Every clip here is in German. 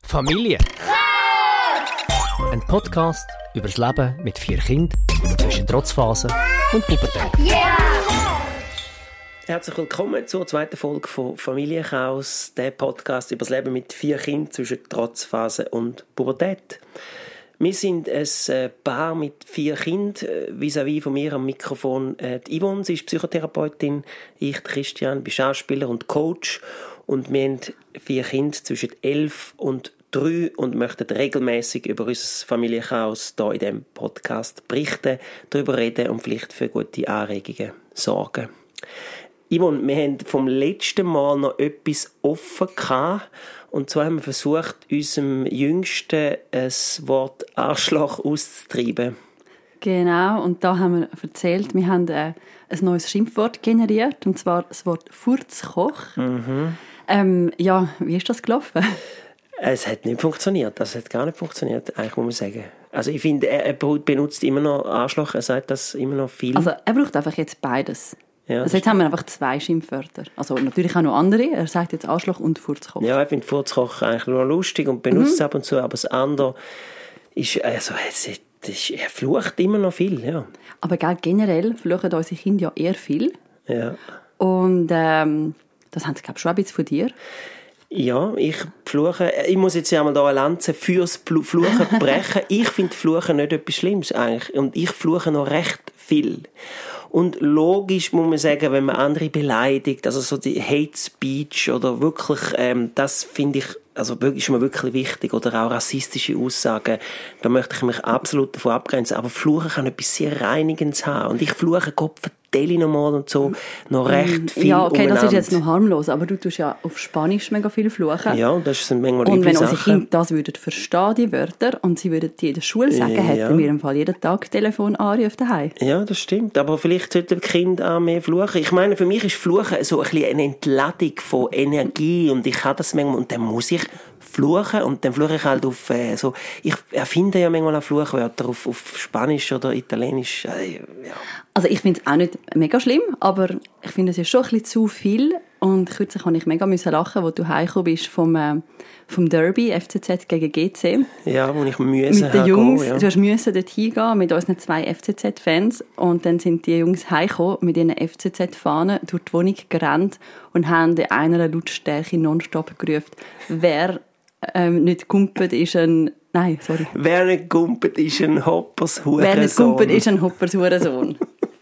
Familie. Ein Podcast über das Leben mit 4 Kindern zwischen Trotzphase und Pubertät. Herzlich willkommen zur zweiten Folge von Familienchaos, der Podcast über das Leben mit 4 Kindern zwischen Trotzphase und Pubertät. Wir sind ein Paar mit 4 Kindern. Vis-à-vis von mir am Mikrofon die Yvonne, sie ist Psychotherapeutin, ich, Christian, bin Schauspieler und Coach. Und wir haben 4 Kinder zwischen 11 und 3 und möchten regelmäßig über unser Familienchaos hier in diesem Podcast berichten, darüber reden und vielleicht für gute Anregungen sorgen. Yvonne, wir haben vom letzten Mal noch etwas offen gehabt. Und zwar haben wir versucht, unserem Jüngsten ein Wort Arschloch auszutreiben. Genau, und da haben wir erzählt, wir haben ein neues Schimpfwort generiert, und zwar das Wort Furzkoch. Ja, wie ist das gelaufen? Es hat nicht funktioniert. Das hat gar nicht funktioniert, eigentlich muss man sagen. Also ich finde, er benutzt immer noch Arschloch, er sagt das immer noch viel. Also er braucht einfach jetzt beides. Ja, also jetzt haben wir einfach 2 Schimpfwörter. Also natürlich auch noch andere. Er sagt jetzt Arschloch und Furzkoch. Ja, ich finde Furzkoch eigentlich nur lustig und benutzt es ab und zu, aber das andere ist, also er flucht immer noch viel, ja. Aber generell fluchen unsere Kinder ja eher viel. Ja. Und das haben sie, glaube ich, schon ein bisschen von dir. Ja, ich fluche. Ich muss jetzt ja mal da eine Lanze fürs Fluchen brechen. Ich finde Fluchen nicht etwas Schlimmes eigentlich. Und ich fluche noch recht viel. Und logisch muss man sagen, wenn man andere beleidigt, also so die Hate Speech oder wirklich, das finde ich, also ist mir wirklich wichtig, oder auch rassistische Aussagen, da möchte ich mich absolut davon abgrenzen. Aber Fluchen kann etwas sehr Reinigendes haben. Und ich fluche, Gott vertelle nochmal und so, noch recht viel Ja, okay, umeinander. das ist jetzt noch harmlos, aber du tust ja auf Spanisch mega viel fluchen. Ja, das sind manchmal und üble wenn Sachen. unsere Kinder das würden verstehen, die Wörter, und sie würden die in der Schule sagen, Ja. hätten wir im Fall jeden Tag Telefon anrufen daheim. Ja, das stimmt. Aber vielleicht sollten die Kinder auch mehr fluchen. Ich meine, für mich ist Fluchen so ein bisschen eine Entladung von Energie. Und ich kann das manchmal, und dann muss ich fluchen. Und dann fluche ich halt auf, ich erfinde ja manchmal auch Fluchwörter auf Spanisch oder Italienisch. Ja. Also ich finde es auch nicht mega schlimm, aber ich finde es ist schon ein bisschen zu viel. Und kürzlich musste ich mega lachen, als du heimgekommen bist vom Derby, FCZ gegen GC. Ja, wo ich müssen mit den Jungs. Ja. Du hast müssen dort hingehen mit unseren 2 FCZ-Fans. Und dann sind die Jungs heimgekommen mit ihren FCZ-Fahnen durch die Wohnung gerannt und haben in einer Lautstärke nonstop gerufen, wer nicht gumpet ist ein... Nein, sorry. Wer nicht gumpet, ist ein Hoppers Hurensohn. Wer nicht gumpet, ist ein Hoppers Hurensohn.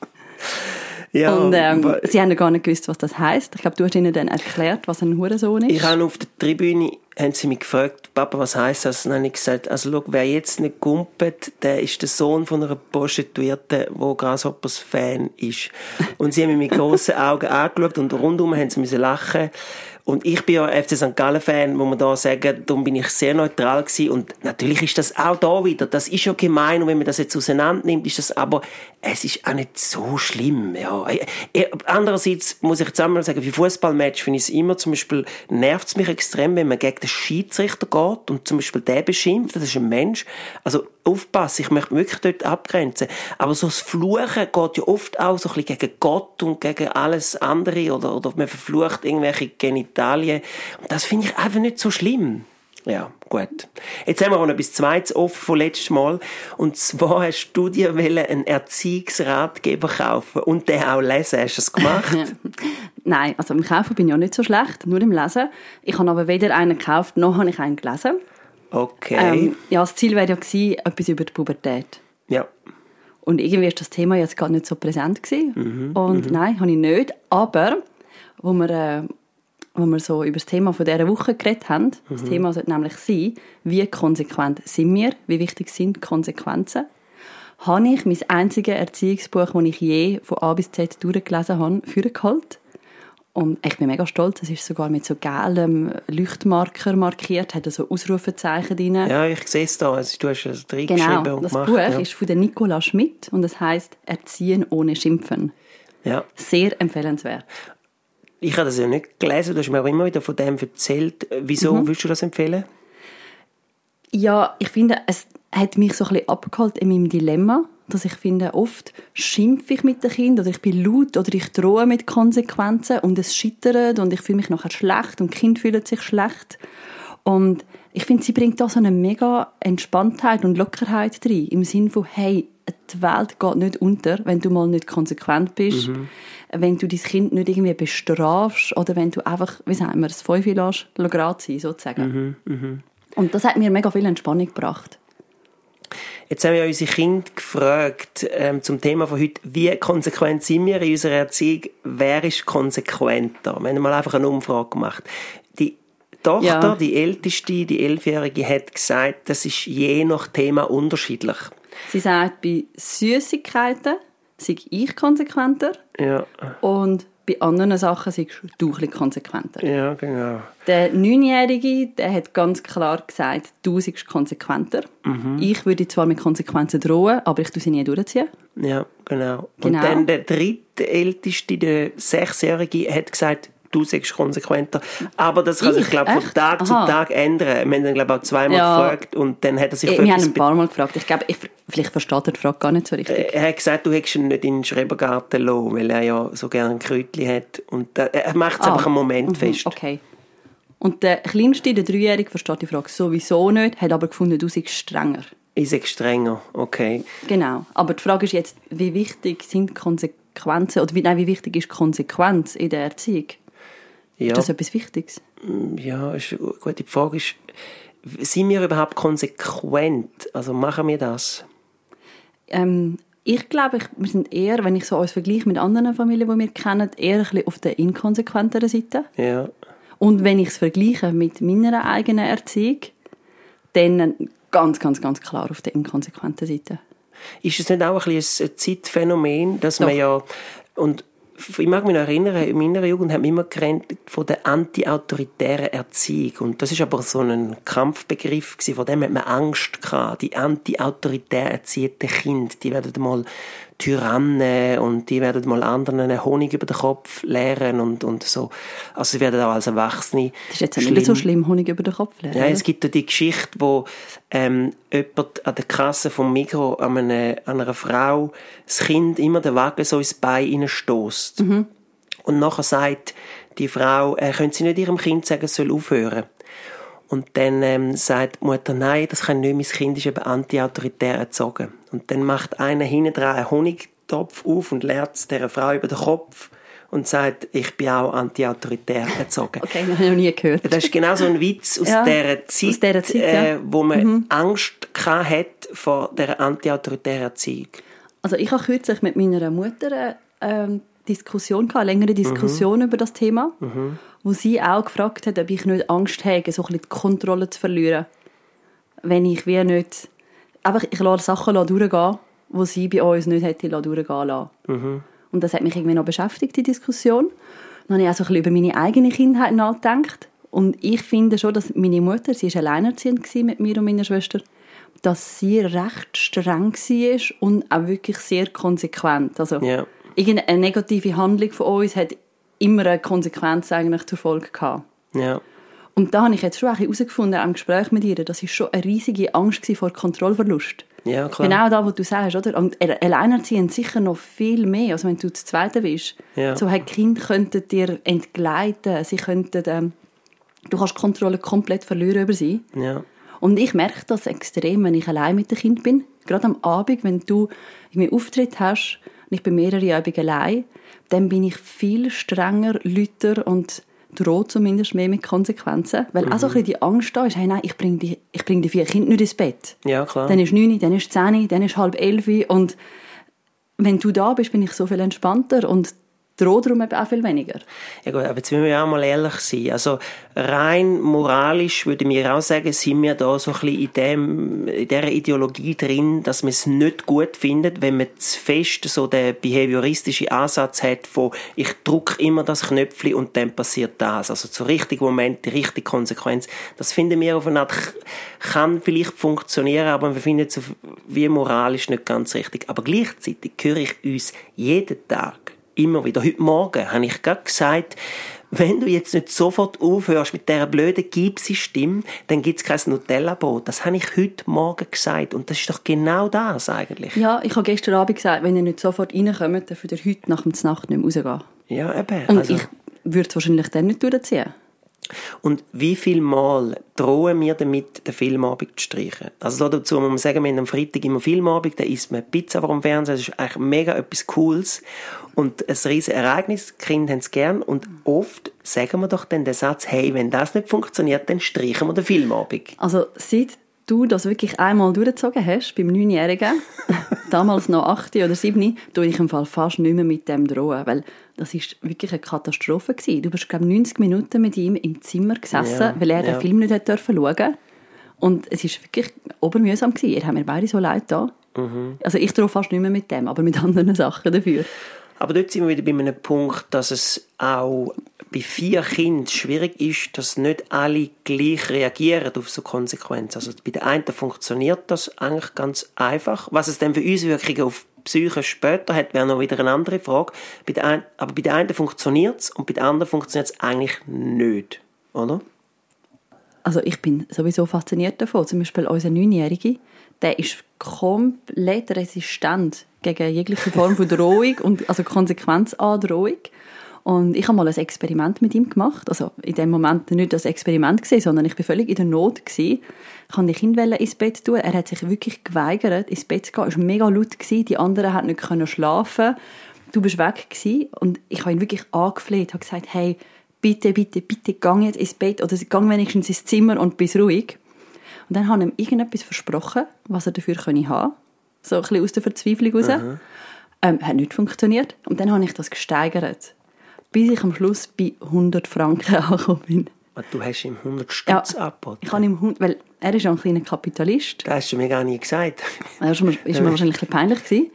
Ja, und sie haben ja gar nicht gewusst, was das heisst. Ich glaube, du hast ihnen dann erklärt, was ein Hurensohn ist. Ich habe auf der Tribüne, haben sie mich gefragt, Papa, was heisst das? Und dann habe ich gesagt, also schau, wer jetzt nicht gumpet, der ist der Sohn von einer Prostituierten, der Grasshoppers Fan ist. Und sie haben mich mit grossen Augen angeschaut und rundum haben sie müssen lachen. Und ich bin ja FC St. Gallen-Fan, muss man da sagen, darum bin ich sehr neutral gewesen. Und natürlich ist das auch da wieder, das ist ja gemein, und wenn man das jetzt auseinander nimmt, ist das, aber es ist auch nicht so schlimm, ja. Andererseits muss ich jetzt einmal sagen, für Fußballmatch finde ich es immer, zum Beispiel, nervt es mich extrem, wenn man gegen den Schiedsrichter geht und zum Beispiel der beschimpft, das ist ein Mensch. Also, aufpassen, ich möchte wirklich dort abgrenzen. Aber so das Fluchen geht ja oft auch so ein bisschen gegen Gott und gegen alles andere, oder man verflucht irgendwelche Genitalien. Und das finde ich einfach nicht so schlimm. Ja, gut. Jetzt haben wir auch noch etwas Zweites offen von letztem Mal. Und zwar hast du dir einen Erziehungsratgeber kaufen und den auch lesen. Hast du das gemacht? Nein, also im Kaufen bin ich auch nicht so schlecht, nur im Lesen. Ich habe aber weder einen gekauft, noch habe ich einen gelesen. Okay. Ja, das Ziel wäre ja gewesen, etwas über die Pubertät. Ja. Und irgendwie war das Thema jetzt gar nicht so präsent gewesen. Nein, habe ich nicht. Aber, wo wir so über das Thema von dieser Woche geredet haben, das Thema sollte nämlich sein, wie konsequent sind wir, wie wichtig sind Konsequenzen, habe ich mein einziges Erziehungsbuch, das ich je von A bis Z durchgelesen habe, vorgeholt. Und ich bin mega stolz, es ist sogar mit so gelbem Leuchtmarker markiert, hat so Ausrufezeichen drin. Ja, ich sehe es da, also, du hast es reingeschrieben und das gemacht. Buch ja. ist von der Nicola Schmidt und es heisst «Erziehen ohne Schimpfen». Ja. Sehr empfehlenswert. Ich habe das ja nicht gelesen, du hast mir auch immer wieder von dem erzählt. Wieso willst du das empfehlen? Ja, ich finde, es hat mich so ein bisschen abgeholt in meinem Dilemma, dass ich finde, oft schimpfe ich mit den Kindern oder ich bin laut oder ich drohe mit Konsequenzen und es scheitert und ich fühle mich nachher schlecht und die Kinder fühlen sich schlecht. Und ich finde, sie bringt da so eine mega Entspanntheit und Lockerheit rein. Im Sinne von, hey, die Welt geht nicht unter, wenn du mal nicht konsequent bist, wenn du dein Kind nicht irgendwie bestrafst oder wenn du einfach, wie sagen wir, das Fünfe lässt gerade sein, sozusagen. Und das hat mir mega viel Entspannung gebracht. Jetzt haben wir unsere Kinder gefragt, zum Thema von heute, wie konsequent sind wir in unserer Erziehung? Wer ist konsequenter? Wir haben mal einfach eine Umfrage gemacht. Die Tochter, die Älteste, die 11-Jährige, hat gesagt, das ist je nach Thema unterschiedlich. Sie sagt, bei Süßigkeiten sei ich konsequenter und bei anderen Sachen sei du ein bisschen konsequenter. Ja, genau. Der 9-Jährige, der hat ganz klar gesagt, du seist konsequenter. Ich würde zwar mit Konsequenzen drohen, aber ich tue sie nie durchziehen. Ja, genau. Und dann der drittälteste, der 6-Jährige, hat gesagt, du seist konsequenter. Aber das kann sich, glaube ich, von Tag zu Tag ändern. Wir haben ihn, glaube ich, auch zweimal gefragt und dann hat er sich... Wir haben ein paar Mal gefragt. Ich glaube, vielleicht versteht er die Frage gar nicht so richtig. Er hat gesagt, du hättest ihn nicht in den Schrebergarten lassen, weil er ja so gerne ein Kräutchen hat. Und er macht es einfach einen Moment fest. Okay. Und der Kleinste, der 3-Jährige, versteht die Frage sowieso nicht, hat aber gefunden, du seist strenger. Ich sage strenger, okay. Genau. Aber die Frage ist jetzt, wie wichtig sind Konsequenzen, oder wie wichtig ist Konsequenz in der Erziehung? Ja. Ist das etwas Wichtiges? Ja, gut. Die Frage ist, sind wir überhaupt konsequent? Also machen wir das? Ich glaube, wir sind eher, wenn ich so uns vergleiche mit anderen Familien, die wir kennen, eher ein bisschen auf der inkonsequenteren Seite. Ja. Und wenn ich es vergleiche mit meiner eigenen Erziehung, dann ganz, ganz, ganz klar auf der inkonsequenten Seite. Ist es nicht auch ein bisschen ein Zeitphänomen, dass man ja... Und ich mag mich noch erinnern, in meiner Jugend haben wir immer geredet von der anti-autoritären Erziehung. Und das ist aber so ein Kampfbegriff gewesen. Von dem hat man Angst gehabt. Die anti-autoritär erziehten Kinder, die werden mal Tyrannen und die werden mal anderen einen Honig über den Kopf leeren und so. Also sie werden auch als Erwachsene das ist jetzt nicht so schlimm, Honig über den Kopf leeren. Ja, es gibt ja die Geschichte, wo jemand an der Kasse vom Migros an einer Frau das Kind immer den Wagen so ins Bein hineinstösst. Und nachher sagt die Frau, können Sie nicht Ihrem Kind sagen, es soll aufhören? Und dann sagt die Mutter, nein, das kann nicht, mein Kind ist eben anti-autoritär erzogen. Und dann macht einer hinten dran einen Honigtopf auf und leert es dieser Frau über den Kopf und sagt, ich bin auch anti-autoritär erzogen. Okay, das habe ich noch nie gehört. Das ist genau so ein Witz aus dieser Zeit, wo man Angst hat vor dieser anti-autoritären Erziehung. Also ich habe kürzlich mit meiner Mutter Diskussion gehabt, eine längere Diskussion über das Thema, wo sie auch gefragt hat, ob ich nicht Angst habe, so ein bisschen die Kontrolle zu verlieren. Wenn ich wie nicht... Einfach, ich lasse Sachen durchgehen, die sie bei uns nicht hätte durchgehen lassen. Und das hat mich irgendwie noch beschäftigt, die Diskussion. Dann habe ich auch so ein bisschen über meine eigene Kindheit nachgedacht. Und ich finde schon, dass meine Mutter, sie war alleinerziehend mit mir und meiner Schwester, dass sie recht streng war und auch wirklich sehr konsequent. Also, irgendeine negative Handlung von uns hat immer eine Konsequenz eigentlich zur Folge gehabt. Ja. Und da habe ich jetzt schon herausgefunden, im Gespräch mit ihr, das war schon eine riesige Angst vor Kontrollverlust. Ja, klar. Genau das, was du sagst, oder? Und alleinerziehend sicher noch viel mehr, als wenn du das Zweite bist. Ja. So, die Kinder könnten dir entgleiten, sie könnten, du kannst die Kontrolle komplett verlieren über sie. Ja. Und ich merke das extrem, wenn ich allein mit dem Kind bin. Gerade am Abend, wenn du einen Auftritt hast, und ich bin mehrere Abende allein, dann bin ich viel strenger, lauter und drohe zumindest mehr mit Konsequenzen. Weil auch so ein bisschen die Angst da ist, hey, nein, ich bring die 4 Kinder nicht ins Bett. Ja, klar. Dann ist 9, dann ist 10, dann ist 10:30. Und wenn du da bist, bin ich so viel entspannter und drohe darum eben auch viel weniger. Ja gut, aber jetzt müssen wir ja auch mal ehrlich sein. Also rein moralisch würde ich auch sagen, sind wir da so ein bisschen in dieser Ideologie drin, dass man es nicht gut findet, wenn man zu fest so den behavioristischen Ansatz hat von ich drücke immer das Knöpfchen und dann passiert das. Also zur richtigen Moment, die richtige Konsequenz. Das finden wir auf eine Art, kann vielleicht funktionieren, aber wir finden es wie moralisch nicht ganz richtig. Aber gleichzeitig höre ich uns jeden Tag immer wieder. Heute Morgen habe ich gerade gesagt, wenn du jetzt nicht sofort aufhörst mit dieser blöden Gipsi-Stimme, dann gibt es kein Nutella-Brot. Das habe ich heute Morgen gesagt. Und das ist doch genau das eigentlich. Ja, ich habe gestern Abend gesagt, wenn ihr nicht sofort reinkommt, dann würdet ihr heute nach der Nacht nicht mehr rausgehen. Ja, eben. Und ich würde es wahrscheinlich dann nicht durchziehen. Und wie viel Mal drohen wir damit, den Filmabend zu streichen? Also dazu muss man sagen, wir haben am Freitag immer Filmabend, da isst man Pizza vor dem Fernsehen, das ist eigentlich mega etwas Cooles und ein riesen Ereignis, die Kinder haben es gern und oft sagen wir doch dann den Satz, hey, wenn das nicht funktioniert, dann streichen wir den Filmabend. Also seit du das wirklich einmal durchgezogen hast, beim 9-Jährigen, damals noch 8 oder 7, tue ich im Fall fast nicht mehr mit dem drohen, weil das ist wirklich eine Katastrophe gewesen. Du bist, glaube ich, 90 Minuten mit ihm im Zimmer gesessen, weil er den Film nicht schauen durfte. Und es war wirklich obermühsam gewesen. Ihr habt mir beide so leid da. Also ich drohe fast nicht mehr mit dem, aber mit anderen Sachen dafür. Aber dort sind wir wieder bei einem Punkt, dass es auch bei 4 Kindern schwierig ist, dass nicht alle gleich reagieren auf so Konsequenzen. Also bei den einen funktioniert das eigentlich ganz einfach. Was es dann für Auswirkungen auf die Psyche später hat, wäre noch wieder eine andere Frage. Aber bei den einen funktioniert es und bei den anderen funktioniert es eigentlich nicht, oder? Also ich bin sowieso fasziniert davon. Zum Beispiel unser 9-Jährige, der ist komplett resistent gegen jegliche Form von Drohung und also Konsequenzandrohung. Und ich habe mal ein Experiment mit ihm gemacht. Also in dem Moment nicht das Experiment gesehen, sondern ich war völlig in der Not gewesen. Ich wollte die Kinder ins Bett tun. Er hat sich wirklich geweigert, ins Bett zu gehen. Es war mega laut gewesen. Die anderen konnten nicht schlafen. Du bist weg gewesen. Und ich habe ihn wirklich angefleht. Ich habe gesagt, hey, bitte, bitte, bitte, geh jetzt ins Bett oder geh wenigstens ins Zimmer und bist ruhig. Und dann habe ich ihm irgendetwas versprochen, was er dafür haben konnte. So ein bisschen aus der Verzweiflung raus. Hat nicht funktioniert. Und dann habe ich das gesteigert, bis ich am Schluss bei 100 Franken angekommen bin. Du hast ihm 100 Stutz angeboten? Ich habe ihm, weil er ist ja ein kleiner Kapitalist. Das hast du mir gar nie gesagt. Das war mir wahrscheinlich ein bisschen peinlich gewesen.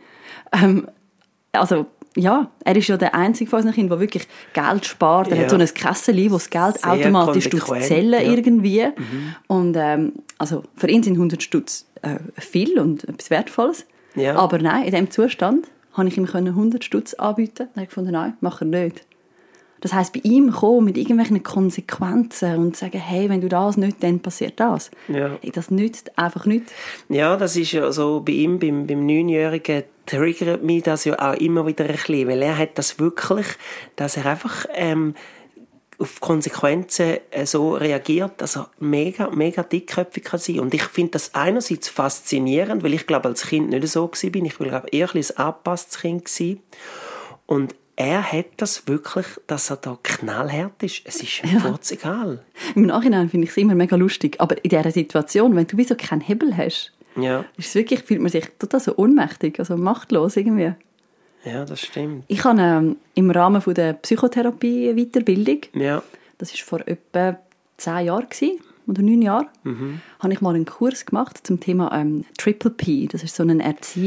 Also, ja, er ist ja der einzige von unseren Kindern, der wirklich Geld spart. Er hat so ein Kessel, wo das Geld sehr automatisch durchzählen irgendwie. Und also für ihn sind 100 Stutz viel und etwas Wertvolles. Ja. Aber nein, in diesem Zustand konnte ich ihm 100 Stutz anbieten. Dann habe ich gefunden, nein, mach er nicht. Das heisst, bei ihm kommen mit irgendwelchen Konsequenzen und sagen, hey, wenn du das nicht, dann passiert das. Ja. Das nützt einfach nichts. Ja, das ist ja so bei ihm, beim 9-Jährigen, triggert mich das ja auch immer wieder ein bisschen, weil er hat das wirklich, dass er einfach auf Konsequenzen so reagiert, dass er mega, mega dickköpfig kann sein. Und ich finde das einerseits faszinierend, weil ich glaube, als Kind nicht so war. Ich war, glaube eher ein angepasstes Kind gewesen. Und er hat das wirklich, dass er da knallhart ist. Es ist ihm egal. Im Nachhinein finde ich es immer mega lustig. Aber in dieser Situation, wenn du wie so keinen Hebel hast, ist es wirklich, fühlt man sich total so ohnmächtig, also machtlos irgendwie. Ja, das stimmt. Ich habe im Rahmen von der Psychotherapie-Weiterbildung, das war vor etwa 10 Jahren oder 9 Jahren, habe ich mal einen Kurs gemacht zum Thema Triple P. Das ist so ein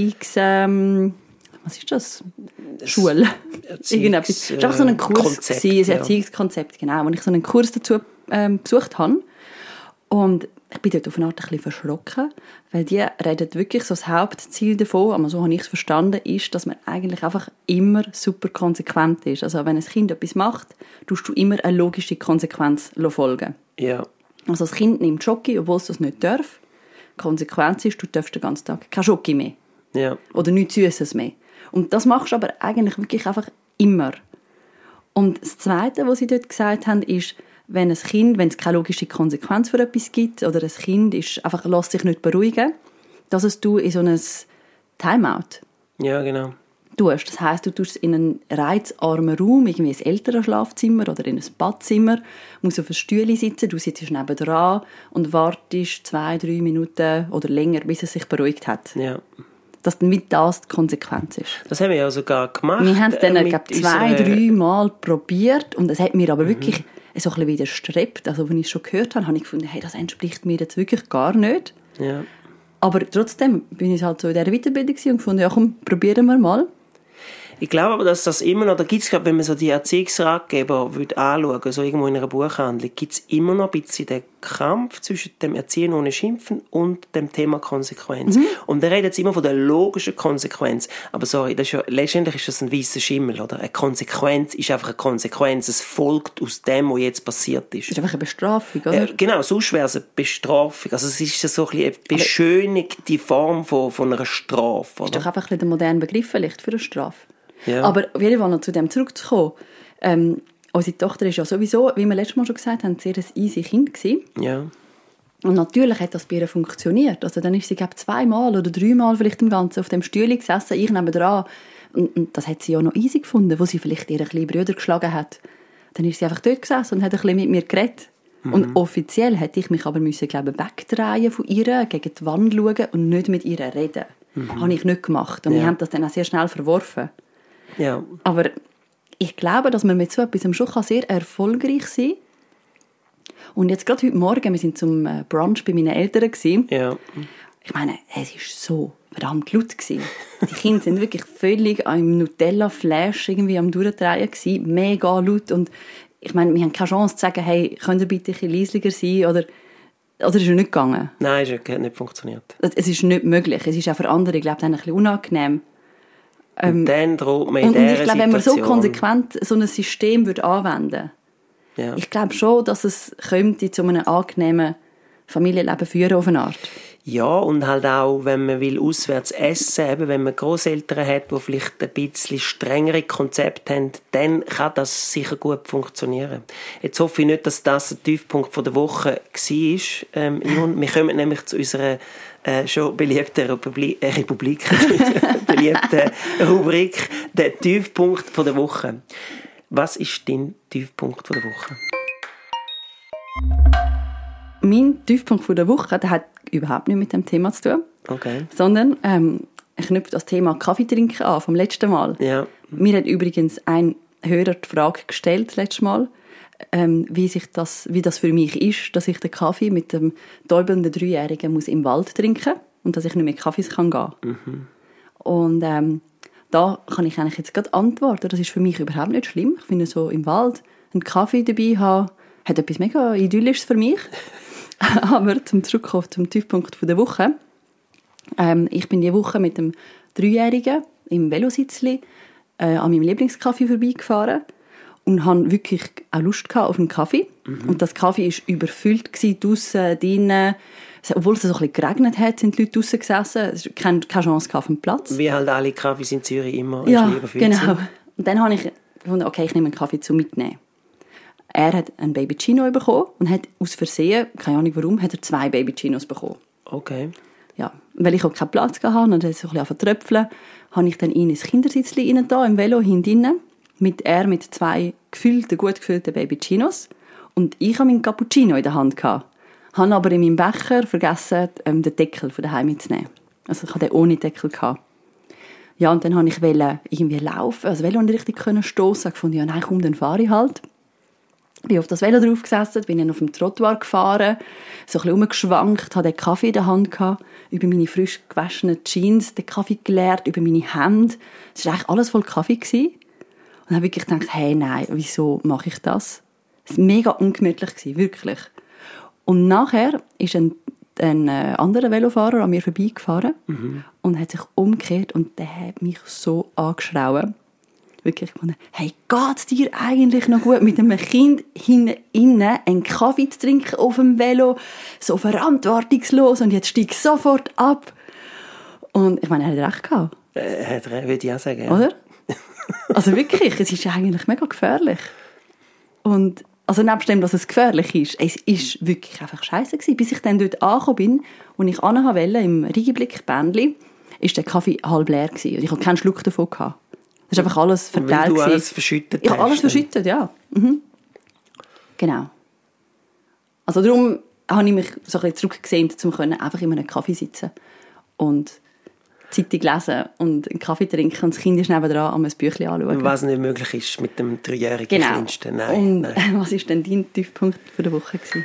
was ist das? Schule. Irgendetwas. Das war einfach so ein Kurs, ein Erziehungskonzept, genau, wo ich so einen Kurs dazu besucht habe. Und ich bin dort auf eine Art ein bisschen verschrocken, weil die reden wirklich so das Hauptziel davon, aber so habe ich es verstanden, ist, dass man eigentlich einfach immer super konsequent ist. Also wenn ein Kind etwas macht, tust du immer eine logische Konsequenz folgen. Ja. Also das Kind nimmt Schoki, obwohl es das nicht darf. Die Konsequenz ist, du darfst den ganzen Tag kein Schoki mehr. Ja. Oder nichts Süßes mehr. Und das machst du aber eigentlich wirklich einfach immer. Und das Zweite, was sie dort gesagt haben, ist, wenn es keine logische Konsequenz für etwas gibt, oder ein Kind lässt sich nicht beruhigen, dass es du in so ein Timeout tust. Das heisst, du tust es in einen reizarmen Raum, irgendwie ein Elternschlafzimmer oder in ein Badzimmer, musst auf einem Stühle sitzen, du sitzt nebendran und wartest 2-3 Minuten oder länger, bis es sich beruhigt hat. Ja. Dass dann mit das die Konsequenz ist. Das haben wir ja sogar gemacht. Wir haben es dann 2-3 Mal probiert und es hat mir aber wirklich so ein bisschen widerstrebt. Also, wenn ich es schon gehört habe, habe ich gefunden, hey, das entspricht mir jetzt wirklich gar nicht. Ja. Aber trotzdem bin ich halt so in dieser Weiterbildung und gefunden, ja komm, probieren wir mal. Ich glaube aber, dass das immer noch, da gibt es, wenn man so die Erziehungsratgeber anschauen, so irgendwo in einer Buchhandlung, gibt es immer noch ein bisschen den Kampf zwischen dem Erziehen ohne Schimpfen und dem Thema Konsequenz. Und wir reden jetzt immer von der logischen Konsequenz. Aber sorry, letztendlich ist das ein weisser Schimmel, oder? Eine Konsequenz ist einfach eine Konsequenz. Es folgt aus dem, was jetzt passiert ist. Das ist einfach eine Bestrafung, oder? Genau, sonst wäre es eine Bestrafung. Also es ist so ein bisschen eine beschönigte Form von einer Strafe, oder? Das ist doch einfach der moderne Begriff vielleicht für eine Strafe. Ja. Aber auf jeden Fall noch zu dem zurückzukommen. unsere Tochter ist ja sowieso, wie wir letztes Mal schon gesagt haben, sehr ein easy Kind gewesen. Ja. Und natürlich hat das bei ihr funktioniert. Also dann ist sie, glaube ich, 2-mal oder 3-mal vielleicht im Ganzen auf dem Stühle gesessen, ich nebendran. Und das hat sie ja noch easy gefunden, wo sie vielleicht ihre kleinen Brüder geschlagen hat. Dann ist sie einfach dort gesessen und hat ein bisschen mit mir geredet. Und offiziell hätte ich mich aber müssen, glaube ich, wegdrehen von ihr, gegen die Wand schauen und nicht mit ihr reden. Habe ich nicht gemacht. Und wir haben das dann auch sehr schnell verworfen. Ja. Aber ich glaube, dass man mit so etwas schon sehr erfolgreich sein kann. Und jetzt gerade heute Morgen, wir sind zum Brunch bei meinen Eltern gewesen. Ja. Ich meine, es war so verdammt laut gewesen. Die Kinder sind wirklich völlig im Nutella-Flash irgendwie am Durchdrehen gewesen. Mega laut. Und ich meine, wir haben keine Chance zu sagen, hey, könnt ihr bitte ein bisschen leislicher sein? Oder ist es nicht gegangen? Nein, es hat nicht funktioniert. Es ist nicht möglich. Es ist auch für andere, glaube ich, ein bisschen unangenehm. Und dann droht man in und dieser ich glaube, wenn man so Situation- konsequent so ein System anwenden würde, Ja. ich glaube schon, dass es könnte zu einem angenehmen Familienleben führen auf eine Art. Ja, und halt auch, wenn man will auswärts essen, eben wenn man Grosseltern hat, die vielleicht ein bisschen strengere Konzepte haben, dann kann das sicher gut funktionieren. Jetzt hoffe ich nicht, dass das der Tiefpunkt der Woche war, Yvonne. Wir kommen nämlich zu unserer schon beliebten beliebten Rubrik, der Tiefpunkt der Woche. Was ist dein Tiefpunkt der Woche? Mein Tiefpunkt der Woche, der hat überhaupt nicht mit dem Thema zu tun, Okay. sondern ich knüpfe das Thema Kaffee trinken an vom letzten Mal. Ja. Mir hat übrigens ein Hörer die Frage gestellt, das letzte Mal, wie das für mich ist, dass ich den Kaffee mit dem täubelnden 3-Jährigen muss im Wald trinken und dass ich nicht mit Kaffees gehen kann. Und da kann ich eigentlich jetzt gerade antworten, das ist für mich überhaupt nicht schlimm. Ich finde so im Wald einen Kaffee dabei haben, hat etwas mega Idyllisches für mich. Aber zum Zurückkommen zum Tiefpunkt der Woche. Ich bin diese Woche mit dem 3-Jährigen im Velositzli an meinem Lieblingskaffee vorbeigefahren und hatte wirklich auch Lust auf einen Kaffee. Und das Kaffee war überfüllt draussen, drinnen. Obwohl es so ein bisschen geregnet hat, sind die Leute draussen gesessen. Es war keine Chance auf den Platz. Wie halt alle Kaffees in Zürich immer Ja, überfüllt genau. sind. Und dann habe ich gefunden, okay, ich nehme einen Kaffee zum Mitnehmen. Er hat einen Babycino bekommen und hat aus Versehen, keine Ahnung warum, hat er 2 Babycinos bekommen. Okay. Ja, weil ich auch keinen Platz hatte und er so ein bisschen tröpfeln, habe ich dann ihn ins Kindersitzli rein da im Velo hinten mit 2 gut gefüllten Babycinos und ich habe meinen Cappuccino in der Hand gehabt, habe aber in meinem Becher vergessen, den Deckel von daheim mitzunehmen. Also ich hatte den ohne Deckel gehabt. Ja, und dann wollte ich irgendwie laufen, also Velo nicht richtig stossen, ich fand, ja nein, komm, dann fahre ich halt. Bin auf das Velo drauf gesessen, bin dann auf dem Trottoir gefahren, so ein bisschen rumgeschwankt, hatte den Kaffee in der Hand gehabt, über meine frisch gewaschenen Jeans den Kaffee geleert, über meine Hände. Es war eigentlich alles voll Kaffee gewesen. Und dann habe ich wirklich gedacht, hey, nein, wieso mache ich das? Es war mega ungemütlich gewesen, wirklich. Und nachher ist ein anderer Velofahrer an mir vorbeigefahren und hat sich umgekehrt und der hat mich so angeschrauen. Wirklich gefunden, hey, geht's dir eigentlich noch gut, mit einem Kind hinten innen einen Kaffee zu trinken auf dem Velo, so verantwortungslos und jetzt steig sofort ab. Und ich meine, er hat recht gehabt. Würde ich auch sagen. Ja. Oder? Also wirklich, es ist eigentlich mega gefährlich. Und also nebst dem, dass es gefährlich ist, es ist wirklich einfach scheiße gewesen. Bis ich dann dort angekommen bin, wo ich anhaben wollte, im Rigiblick-Bändli, ist der Kaffee halb leer gewesen. Und ich hatte keinen Schluck davon gehabt. Das ist einfach alles verteilt. Weil du alles verschüttet hast. Ich habe alles verschüttet, ja. Genau. Also darum habe ich mich so ein bisschen zurückgesehnt, um einfach in einem Kaffee sitzen und Zeitung lesen und einen Kaffee trinken und das Kind ist nebenan an ein Büchlein anschauen. Was nicht möglich ist mit dem 3-jährigen Kleinsten. Genau. Und was war denn dein Tiefpunkt der Woche gewesen?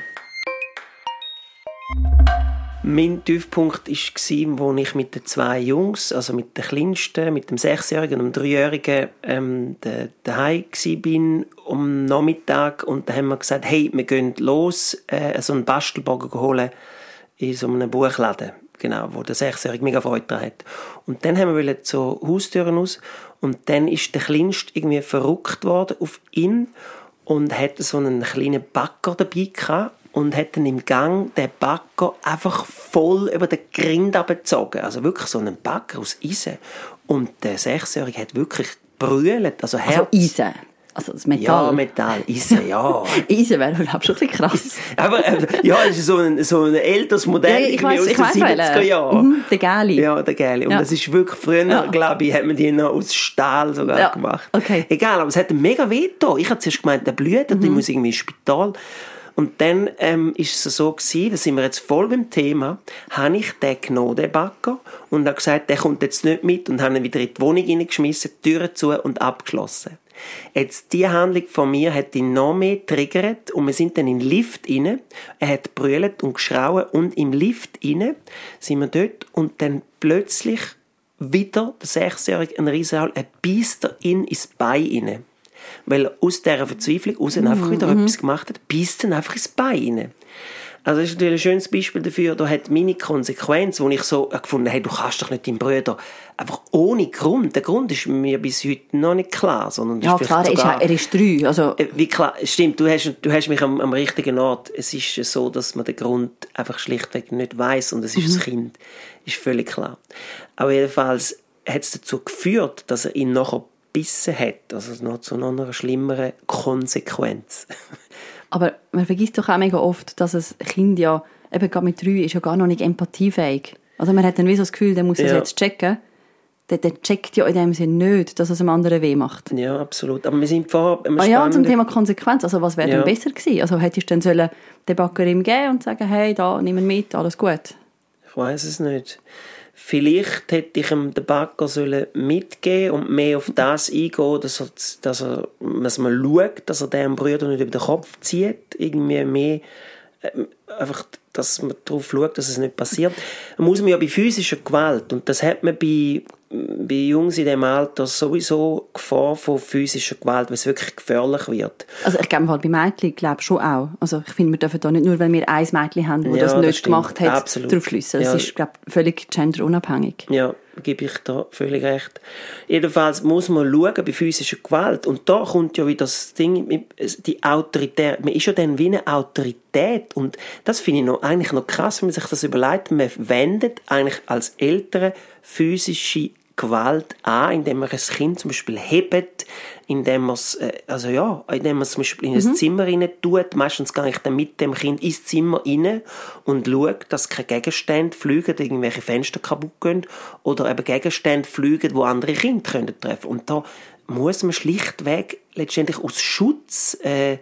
Mein Tiefpunkt war, als ich mit den 2 Jungs, also mit dem Kleinsten, mit dem 6-Jährigen und dem 3-Jährigen, daheim war am Nachmittag. Und dann haben wir gesagt, hey, wir gehen los, so einen Bastelbogen holen in so einem Buchladen. Genau, wo der 6-Jährige mega Freude daran hat. Und dann haben wir zur Haustüren raus. Und dann ist der Kleinste irgendwie verrückt worden auf ihn und hatte so einen kleinen Bagger dabei gehabt. Und hat dann im Gang den Bagger einfach voll über den Grind abgezogen. Also wirklich so einen Bagger aus Eisen. Und der 6-Jährige hat wirklich brüllt. Also Eisen? Also das Metall. Ja, Metall, Eisen, ja. Eisen wäre überhaupt schon ein bisschen krass. Aber ja, es ist so ein älteres Modell ich aus den 70er Jahren. Der Gäli. Ja, der Gäli. Und das ist wirklich früher, glaube ich, hat man die noch aus Stahl sogar gemacht. Okay. Egal, aber es hat mega weh getan. Ich habe zuerst gemeint, der blüht, der muss irgendwie ins Spital. Und dann ist es so gewesen, da sind wir jetzt voll beim Thema, habe ich den genommen, den Bagger, und habe gesagt, der kommt jetzt nicht mit, und habe ihn wieder in die Wohnung hineingeschmissen, die Türen zu und abgeschlossen. Jetzt, die Handlung von mir hat ihn noch mehr getriggert, und wir sind dann in den Lift rein. Er hat brüllt und geschrauen, und im Lift rein sind wir dort, und dann plötzlich wieder der 6-Jährige, ein Riesenhall, er beißt er ins Bein rein. Weil er aus dieser Verzweiflung raus einfach wieder etwas gemacht hat, beißt dann einfach ins Bein rein. Also das ist natürlich ein schönes Beispiel dafür, da hat meine Konsequenz, wo ich so gefunden habe, hey, du kannst doch nicht deinen Bruder einfach ohne Grund, der Grund ist mir bis heute noch nicht klar, sondern ja klar, er ist 3. Also wie klar, stimmt, du hast mich am richtigen Ort. Es ist so, dass man den Grund einfach schlichtweg nicht weiss, und es ist das Kind, ist völlig klar. Aber jedenfalls hat es dazu geführt, dass er ihn nachher gebissen hat, also noch zu einer schlimmeren Konsequenz. Aber man vergisst doch auch mega oft, dass ein Kind ja, eben gerade mit 3, ist ja gar noch nicht empathiefähig. Also man hat dann wie so das Gefühl, der muss das jetzt checken. Der checkt ja in dem Sinne nicht, dass es einem anderen weh macht. Ja, absolut. Aber wir sind vorher... Ja, und zum Thema Konsequenz, also was wäre denn besser gewesen? Also hättest du dann den Bagger ihm geben und sagen, hey, da, nimm ihn mit, alles gut? Ich weiss es nicht. Vielleicht hätte ich ihm den Bagger mitgeben und mehr auf das eingehen, dass man schaut, dass er dem Bruder nicht über den Kopf zieht. Irgendwie mehr, einfach, dass man darauf schaut, dass es nicht passiert. Man muss ja bei physischer Gewalt, und das hat man bei Jungs in diesem Alter sowieso Gefahr von physischer Gewalt, weil es wirklich gefährlich wird. Also ich glaube, bei Mädchen glaube schon auch. Also ich finde, wir dürfen da nicht nur, weil wir ein Mädchen haben, das das nicht gemacht hat, darauf schliessen. Das ist, glaube ich, völlig genderunabhängig. Ja, gebe ich da völlig recht. Jedenfalls muss man schauen bei physischer Gewalt. Und da kommt ja wieder das Ding, die Autorität. Man ist ja dann wie eine Autorität. Und das finde ich eigentlich noch krass, wenn man sich das überlegt. Man wendet eigentlich als Eltern physische Gewalt an, indem man ein Kind zum Beispiel hebt, indem man es zum Beispiel in ein Zimmer rein tut. Meistens gehe ich dann mit dem Kind ins Zimmer rein und schaue, dass keine Gegenstände fliegen, irgendwelche Fenster kaputt gehen oder eben Gegenstände fliegen, die andere Kinder treffen können. Und da muss man schlichtweg letztendlich aus Schutz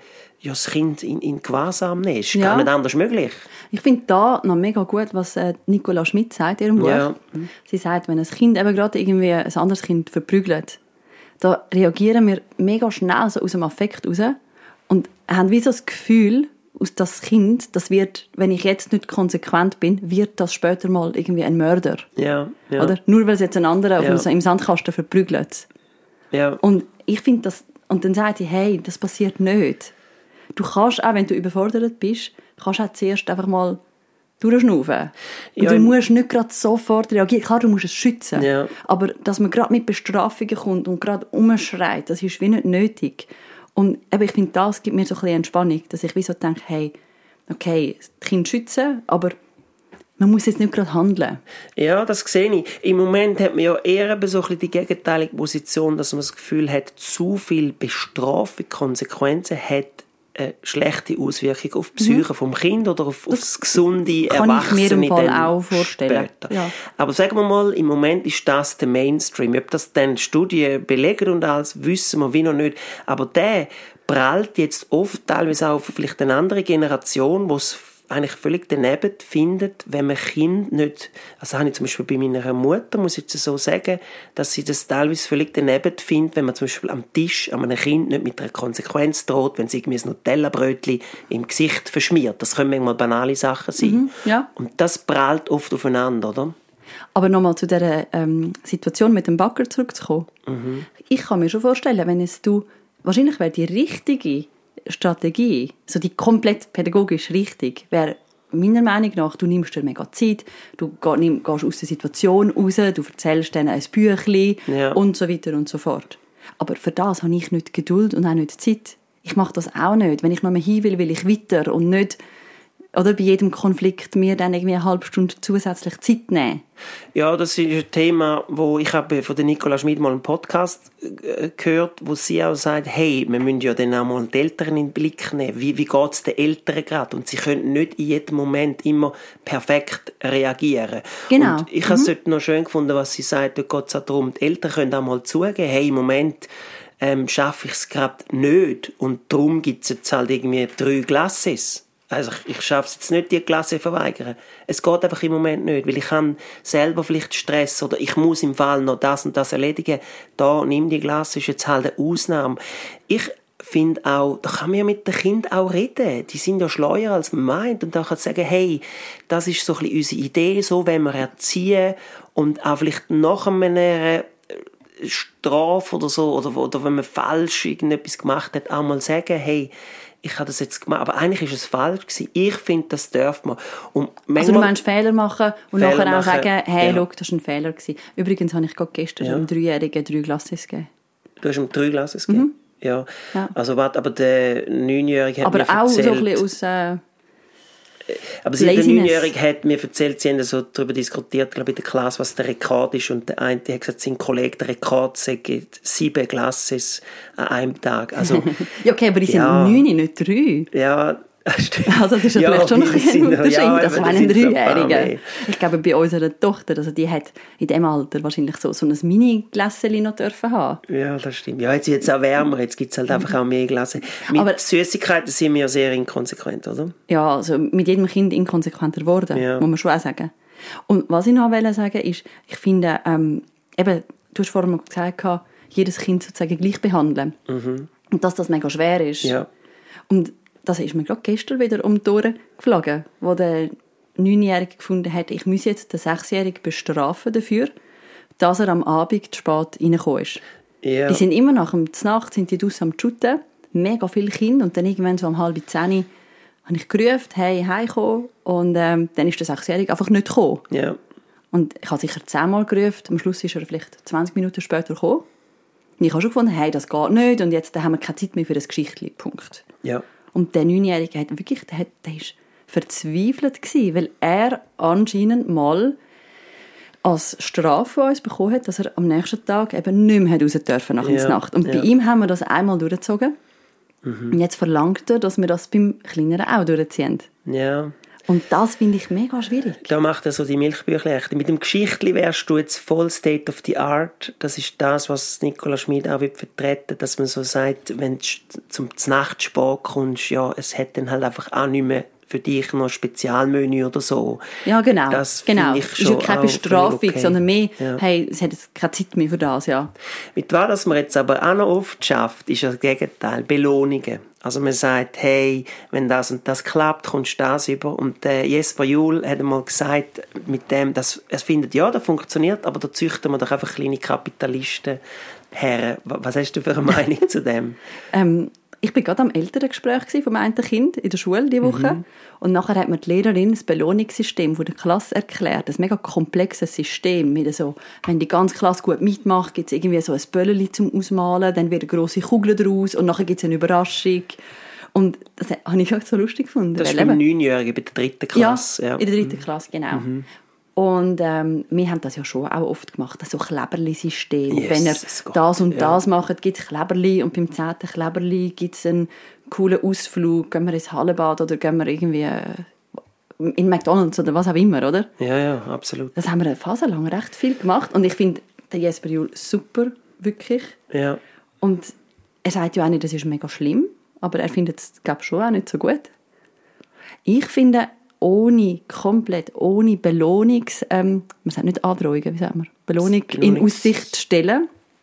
das Kind in Gewahrsam nehmen. Ist gar nicht anders möglich. Ich finde da noch mega gut, was Nicola Schmidt sagt in ihrem Buch. Ja. Sie sagt, wenn ein Kind eben gerade irgendwie ein anderes Kind verprügelt, da reagieren wir mega schnell so aus dem Affekt raus und haben wie so das Gefühl, das Kind, das wird, wenn ich jetzt nicht konsequent bin, wird das später mal irgendwie ein Mörder. Ja. Oder? Nur weil es jetzt einen anderen im Sandkasten verprügelt. Ja. Und ich finde das, und dann sagt sie, hey, das passiert nicht. Du kannst auch, wenn du überfordert bist, kannst auch zuerst einfach mal durchschnaufen. Und du musst nicht gerade sofort reagieren. Klar, du musst es schützen. Ja. Aber dass man gerade mit Bestrafungen kommt und gerade umschreit, das ist wie nicht nötig. Und eben, ich finde, das gibt mir so ein bisschen Entspannung, dass ich wie so denke, hey, okay, das Kind schützen, aber man muss jetzt nicht gerade handeln. Ja, das sehe ich. Im Moment hat man ja eher so ein bisschen die gegenteilige Position, dass man das Gefühl hat, zu viel Bestrafung, Konsequenzen hat eine schlechte Auswirkung auf die Psyche vom Kind oder auf das gesunde Erwachsene. Kann ich mir im Fall auch vorstellen. Ja. Aber sagen wir mal, im Moment ist das der Mainstream. Ob das dann Studien belegen und alles, wissen wir wie noch nicht. Aber der prallt jetzt oft teilweise auch auf vielleicht eine andere Generation, wo es eigentlich völlig daneben findet, wenn man Kind nicht, also habe ich zum Beispiel bei meiner Mutter, muss ich jetzt so sagen, dass sie das teilweise völlig daneben findet, wenn man zum Beispiel am Tisch an einem Kind nicht mit einer Konsequenz droht, wenn sie irgendwie ein Nutella-Brötchen im Gesicht verschmiert. Das können manchmal banale Sachen sein. Ja. Und das prallt oft aufeinander, oder? Aber nochmal zu dieser Situation mit dem Bagger zurückzukommen. Ich kann mir schon vorstellen, wenn wahrscheinlich wäre die richtige Strategie, so die komplett pädagogisch richtig, wäre meiner Meinung nach, du nimmst dir mega Zeit, du gehst aus der Situation raus, du erzählst denen ein Büchlein und so weiter und so fort. Aber für das habe ich nicht Geduld und auch nicht Zeit. Ich mache das auch nicht. Wenn ich noch mal hin will ich weiter und nicht oder bei jedem Konflikt mir dann irgendwie eine halbe Stunde zusätzlich Zeit nehmen. Ja, das ist ein Thema, wo ich habe von der Nicola Schmid mal einen Podcast gehört, wo sie auch sagt, hey, wir müssen ja dann auch mal die Eltern in den Blick nehmen. Wie geht es den Eltern gerade? Und sie können nicht in jedem Moment immer perfekt reagieren. Genau. Und ich habe es heute noch schön gefunden, was sie sagt, da geht es auch darum, die Eltern können auch mal zugeben, hey, im Moment schaffe ich es gerade nicht und darum gibt es jetzt halt irgendwie 3 Glasses. Also ich schaffe es jetzt nicht, die Klasse verweigern. Es geht einfach im Moment nicht, weil ich habe selber vielleicht Stress oder ich muss im Fall noch das und das erledigen. Da, nimm die Klasse, ist jetzt halt eine Ausnahme. Ich finde auch, da kann man ja mit den Kindern auch reden. Die sind ja schleuer, als man meint. Und da kann man sagen, hey, das ist so ein bisschen unsere Idee, so wollen wir erziehen und auch vielleicht nach einer Strafe oder so, oder wenn man falsch irgendetwas gemacht hat, auch mal sagen, hey, ich habe das jetzt gemacht, aber eigentlich ist es falsch gewesen. Ich finde, das darf man. Und also du meinst Fehler machen und Fehler nachher auch machen, sagen, hey, ja. Schau, das war ein Fehler gewesen. Übrigens habe ich gerade gestern einem 3-Jährigen 3 Glasses gegeben. Du hast ihm 3 Glasses gegeben? Ja. Also warte, aber der 9-Jährige hat mir erzählt... Aber auch so ein bisschen aus... Aber der 9-Jährige hat mir erzählt, sie haben so darüber diskutiert, glaube ich, in der Klasse, was der Rekord ist. Und der eine hat gesagt, sein Kollege, der Rekord sagt 7 Glasses an einem Tag. Also, ja, okay, aber die sind 9, nicht 3. Ja, stimmt. Also das ist ja vielleicht schon noch ein Unterschied. Ja, also ich meine, ein 3-Jähriger. So ich glaube, bei unserer Tochter, also die hat in diesem Alter wahrscheinlich so ein Mini-Gläschen noch dürfen haben. Ja, das stimmt. Ja, jetzt ist es auch wärmer, jetzt gibt es halt einfach auch mehr Gläser. Mit Süßigkeiten sind wir ja sehr inkonsequent, oder? Ja, also mit jedem Kind inkonsequenter geworden, muss man schon auch sagen. Und was ich noch sagen wollte, ist, ich finde, eben, du hast vorhin mal gesagt, jedes Kind sozusagen gleich behandeln. Und dass das mega schwer ist. Ja. Und das ist mir gerade gestern wieder um die Ohren geflogen, wo der 9-Jährige gefunden hat, ich muss jetzt den 6-Jährigen bestrafen dafür, dass er am Abend spät reingekommen ist. Ja. Die sind immer nach der Nacht sind die draussen am Shooten, mega viele Kinder, und dann irgendwann so um 9:30 habe ich gerufen, hey, heimkommen, und dann ist der 6-Jährige einfach nicht gekommen. Ja. Und ich habe sicher 10-mal gerufen, am Schluss ist er vielleicht 20 Minuten später gekommen. Und ich habe schon gefunden, hey, das geht nicht, und jetzt haben wir keine Zeit mehr für das Geschichtchen, Punkt. Ja. Und der 9-Jährige hat wirklich, der ist verzweifelt gewesen, weil er anscheinend mal als Strafe von uns bekommen hat, dass er am nächsten Tag eben nicht mehr raus dürfen nach der Nacht. Und bei ihm haben wir das einmal durchgezogen. Und jetzt verlangt er, dass wir das beim Kleineren auch durchziehen. Ja. Und das finde ich mega schwierig. Da macht er so die Milchbüchlein echt. Mit dem Geschichtli wärst du jetzt voll State of the Art. Das ist das, was Nicola Schmid auch vertreten will, dass man so sagt, wenn du zum Nachtsport kommst, ja, es hat dann halt einfach auch nicht mehr für dich noch ein Spezialmenü oder so. Ja, genau. Das genau. ich schon ist ja keine Bestrafung, okay. sondern mehr, hey, es hat jetzt keine Zeit mehr für das, ja. Mit was man jetzt aber auch noch oft schafft, ist das Gegenteil, Belohnungen. Also man sagt, hey, wenn das und das klappt, kommst du das über. Und Jesper Juhl hat einmal gesagt, mit dem, dass er findet, ja, das funktioniert, aber da züchten wir doch einfach kleine Kapitalisten her. Was hast du für eine Meinung zu dem? Ich war gerade am Elterngespräch von meinem Kind in der Schule diese Woche. Und nachher hat mir die Lehrerin das Belohnungssystem von der Klasse erklärt. Das mega komplexes System. Mit so, wenn die ganze Klasse gut mitmacht, gibt es irgendwie so ein Böllchen zum Ausmalen, dann wird eine grosse Kugel daraus und nachher gibt es eine Überraschung. Und das habe ich auch so lustig gefunden. Das ist beim 9-Jährigen, bei der 3. Klasse. Ja, in der 3. Klasse, genau. Und wir haben das ja schon auch oft gemacht, so Kleberli-System. Yes, wenn ihr das und das macht, gibt es Kleberli, und beim 10. Kleberli gibt es einen coolen Ausflug, gehen wir ins Hallenbad oder gehen wir irgendwie in McDonald's oder was auch immer, oder? Ja, absolut. Das haben wir eine Phase lang recht viel gemacht, und ich finde den Jesper Juhl super, wirklich. Ja. Und er sagt ja auch nicht, das ist mega schlimm, aber er findet es, glaube ich, schon auch nicht so gut. Ich finde, komplett ohne Belohnungs... man sagt nicht Androhungen, wie sagt man? Belohnung in Aussicht stellen,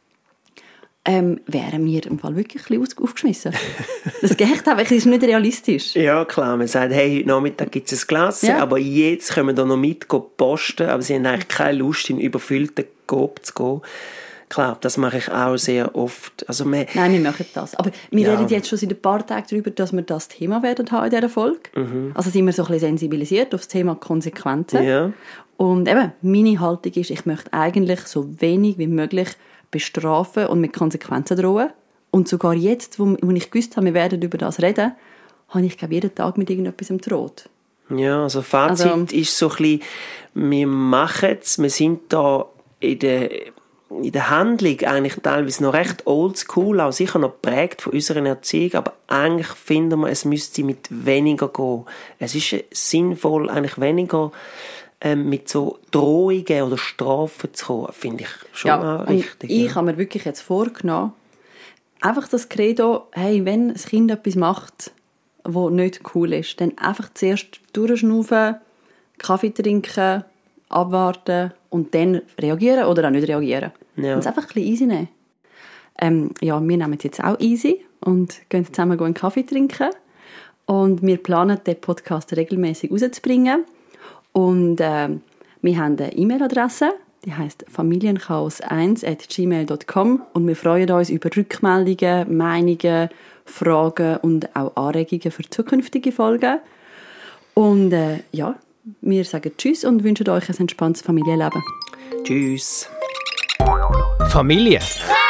wären wir im Fall wirklich ein bisschen aufgeschmissen. Das geht einfach, es ist nicht realistisch. Ja, klar, man sagt, hey, heute Nachmittag gibt es ein Glas, aber jetzt können wir da noch mit posten, aber sie haben eigentlich keine Lust, in überfüllten Coop zu gehen. Klar, das mache ich auch sehr oft. Also Nein, wir machen das. Aber wir reden jetzt schon seit ein paar Tagen darüber, dass wir das Thema werden haben in dieser Folge. Also sind wir so ein bisschen sensibilisiert auf das Thema Konsequenzen. Ja. Und eben, meine Haltung ist, ich möchte eigentlich so wenig wie möglich bestrafen und mit Konsequenzen drohen. Und sogar jetzt, wo ich gewusst habe, wir werden über das reden, habe ich, glaube ich, jeden Tag mit irgendetwas gedroht. Ja, also Fazit ist so ein bisschen, wir machen es, wir sind da in der Handlung eigentlich teilweise noch recht oldschool, auch sicher noch geprägt von unserer Erziehung, aber eigentlich finden wir, es müsste mit weniger gehen. Es ist sinnvoll, eigentlich weniger mit so Drohungen oder Strafen zu kommen, finde ich schon richtig. Ich habe mir wirklich jetzt vorgenommen, einfach das Credo, hey, wenn ein Kind etwas macht, was nicht cool ist, dann einfach zuerst durchschnaufen, Kaffee trinken, abwarten und dann reagieren oder auch nicht reagieren. Ja. Und es einfach ein bisschen easy nehmen. Wir nehmen es jetzt auch easy und gehen zusammen einen Kaffee trinken. Und wir planen, den Podcast regelmäßig rauszubringen. Und wir haben eine E-Mail-Adresse, die heisst familienchaos1@gmail.com und wir freuen uns über Rückmeldungen, Meinungen, Fragen und auch Anregungen für zukünftige Folgen. Und wir sagen Tschüss und wünschen euch ein entspanntes Familienleben. Tschüss. Familie.